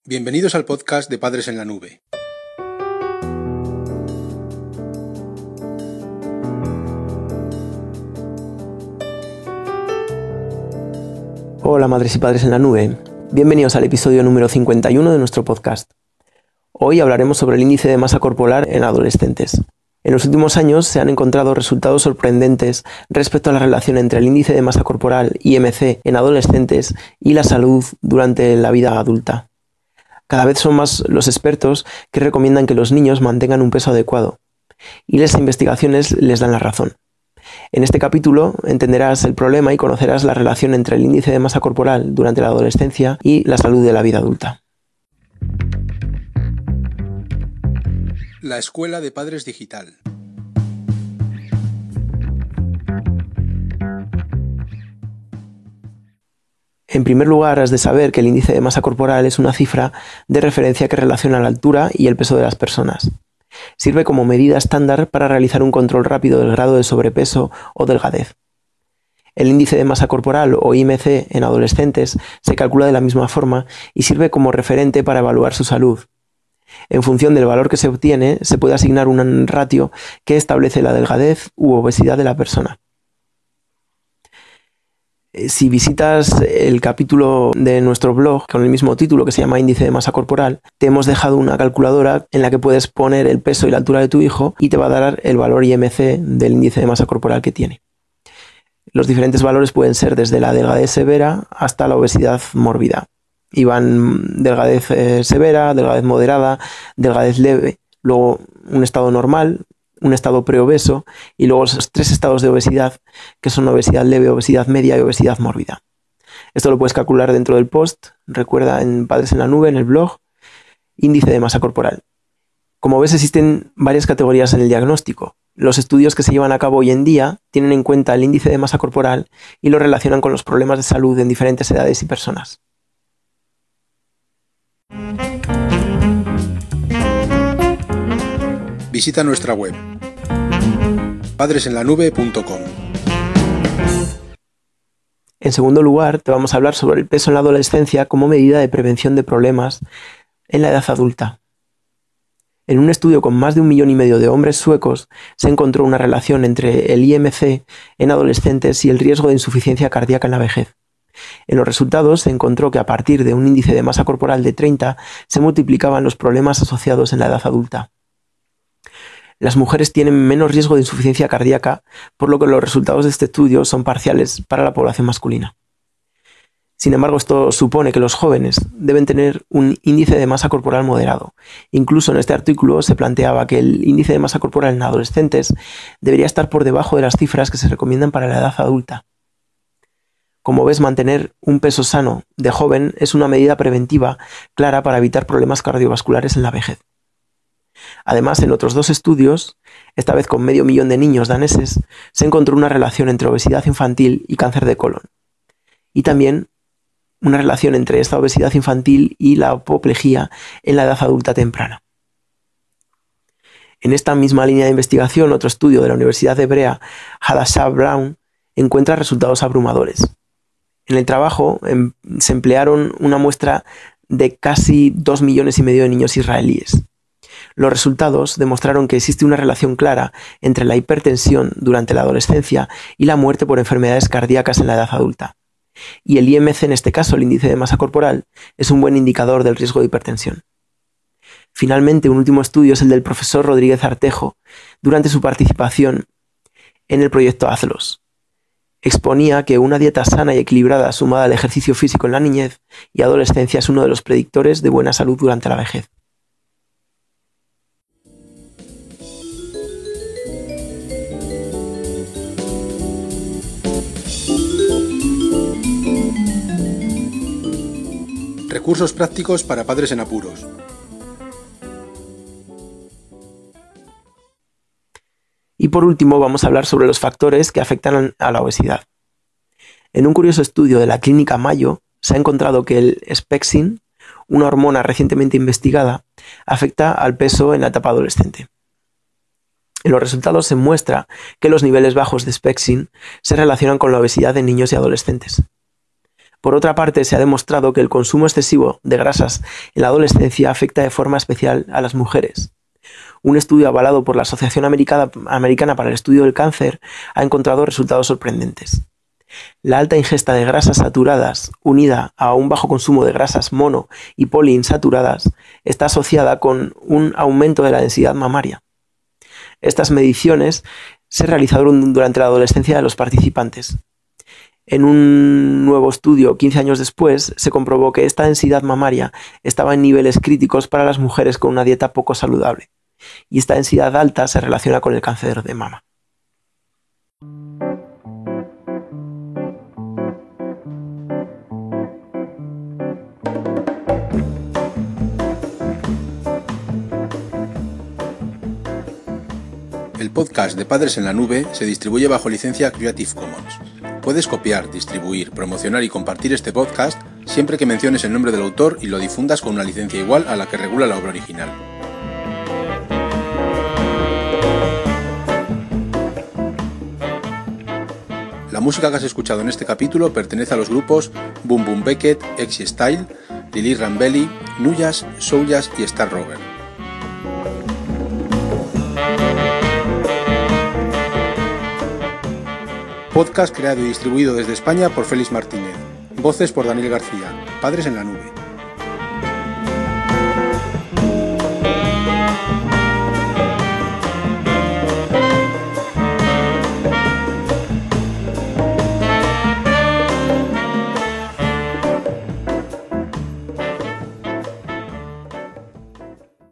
Bienvenidos al podcast de Padres en la Nube. Hola madres y padres en la nube, bienvenidos al episodio número 51 de nuestro podcast. Hoy hablaremos sobre el índice de masa corporal en adolescentes. En los últimos años se han encontrado resultados sorprendentes respecto a la relación entre el índice de masa corporal, IMC, en adolescentes y la salud durante la vida adulta. Cada vez son más los expertos que recomiendan que los niños mantengan un peso adecuado, y las investigaciones les dan la razón. En este capítulo entenderás el problema y conocerás la relación entre el índice de masa corporal durante la adolescencia y la salud de la vida adulta. La Escuela de Padres Digital. En primer lugar, has de saber que el índice de masa corporal es una cifra de referencia que relaciona la altura y el peso de las personas. Sirve como medida estándar para realizar un control rápido del grado de sobrepeso o delgadez. El índice de masa corporal o IMC en adolescentes se calcula de la misma forma y sirve como referente para evaluar su salud. En función del valor que se obtiene, se puede asignar un ratio que establece la delgadez u obesidad de la persona. Si visitas el capítulo de nuestro blog con el mismo título que se llama Índice de Masa Corporal, te hemos dejado una calculadora en la que puedes poner el peso y la altura de tu hijo y te va a dar el valor IMC del índice de masa corporal que tiene. Los diferentes valores pueden ser desde la delgadez severa hasta la obesidad mórbida. Y van delgadez severa, delgadez moderada, delgadez leve, luego un estado normal, un estado preobeso y luego los 3 estados de obesidad, que son obesidad leve, obesidad media y obesidad mórbida. Esto lo puedes calcular dentro del post, recuerda en Padres en la Nube, en el blog, índice de masa corporal. Como ves, existen varias categorías en el diagnóstico. Los estudios que se llevan a cabo hoy en día tienen en cuenta el índice de masa corporal y lo relacionan con los problemas de salud en diferentes edades y personas. Visita nuestra web padresenlanube.com. En segundo lugar, te vamos a hablar sobre el peso en la adolescencia como medida de prevención de problemas en la edad adulta. En un estudio con más de 1,5 millones de hombres suecos se encontró una relación entre el IMC en adolescentes y el riesgo de insuficiencia cardíaca en la vejez. En los resultados se encontró que a partir de un índice de masa corporal de 30 se multiplicaban los problemas asociados en la edad adulta. Las mujeres tienen menos riesgo de insuficiencia cardíaca, por lo que los resultados de este estudio son parciales para la población masculina. Sin embargo, esto supone que los jóvenes deben tener un índice de masa corporal moderado. Incluso en este artículo se planteaba que el índice de masa corporal en adolescentes debería estar por debajo de las cifras que se recomiendan para la edad adulta. Como ves, mantener un peso sano de joven es una medida preventiva clara para evitar problemas cardiovasculares en la vejez. Además, en otros 2 estudios, esta vez con 500.000 de niños daneses, se encontró una relación entre obesidad infantil y cáncer de colon. Y también una relación entre esta obesidad infantil y la apoplejía en la edad adulta temprana. En esta misma línea de investigación, otro estudio de la Universidad Hebrea, Hadassah Brown, encuentra resultados abrumadores. En el trabajo se emplearon una muestra de casi 2,5 millones de niños israelíes. Los resultados demostraron que existe una relación clara entre la hipertensión durante la adolescencia y la muerte por enfermedades cardíacas en la edad adulta. Y el IMC, en este caso el índice de masa corporal, es un buen indicador del riesgo de hipertensión. Finalmente, un último estudio es el del profesor Rodríguez Artejo, durante su participación en el proyecto Hazlos. Exponía que una dieta sana y equilibrada sumada al ejercicio físico en la niñez y adolescencia es uno de los predictores de buena salud durante la vejez. Recursos prácticos para padres en apuros. Y por último vamos a hablar sobre los factores que afectan a la obesidad. En un curioso estudio de la clínica Mayo se ha encontrado que el Spexin, una hormona recientemente investigada, afecta al peso en la etapa adolescente. En los resultados se muestra que los niveles bajos de Spexin se relacionan con la obesidad de niños y adolescentes. Por otra parte, se ha demostrado que el consumo excesivo de grasas en la adolescencia afecta de forma especial a las mujeres. Un estudio avalado por la Asociación Americana para el Estudio del Cáncer ha encontrado resultados sorprendentes. La alta ingesta de grasas saturadas, unida a un bajo consumo de grasas mono y poliinsaturadas, está asociada con un aumento de la densidad mamaria. Estas mediciones se realizaron durante la adolescencia de los participantes. En un nuevo estudio, 15 años después, se comprobó que esta densidad mamaria estaba en niveles críticos para las mujeres con una dieta poco saludable, y esta densidad alta se relaciona con el cáncer de mama. El podcast de Padres en la Nube se distribuye bajo licencia Creative Commons. Puedes copiar, distribuir, promocionar y compartir este podcast siempre que menciones el nombre del autor y lo difundas con una licencia igual a la que regula la obra original. La música que has escuchado en este capítulo pertenece a los grupos Boom Boom Beckett, Exy Style, Lili Rambelli, Nuyas, Souljas y Star Rover. Podcast creado y distribuido desde España por Félix Martínez. Voces por Daniel García. Padres en la Nube.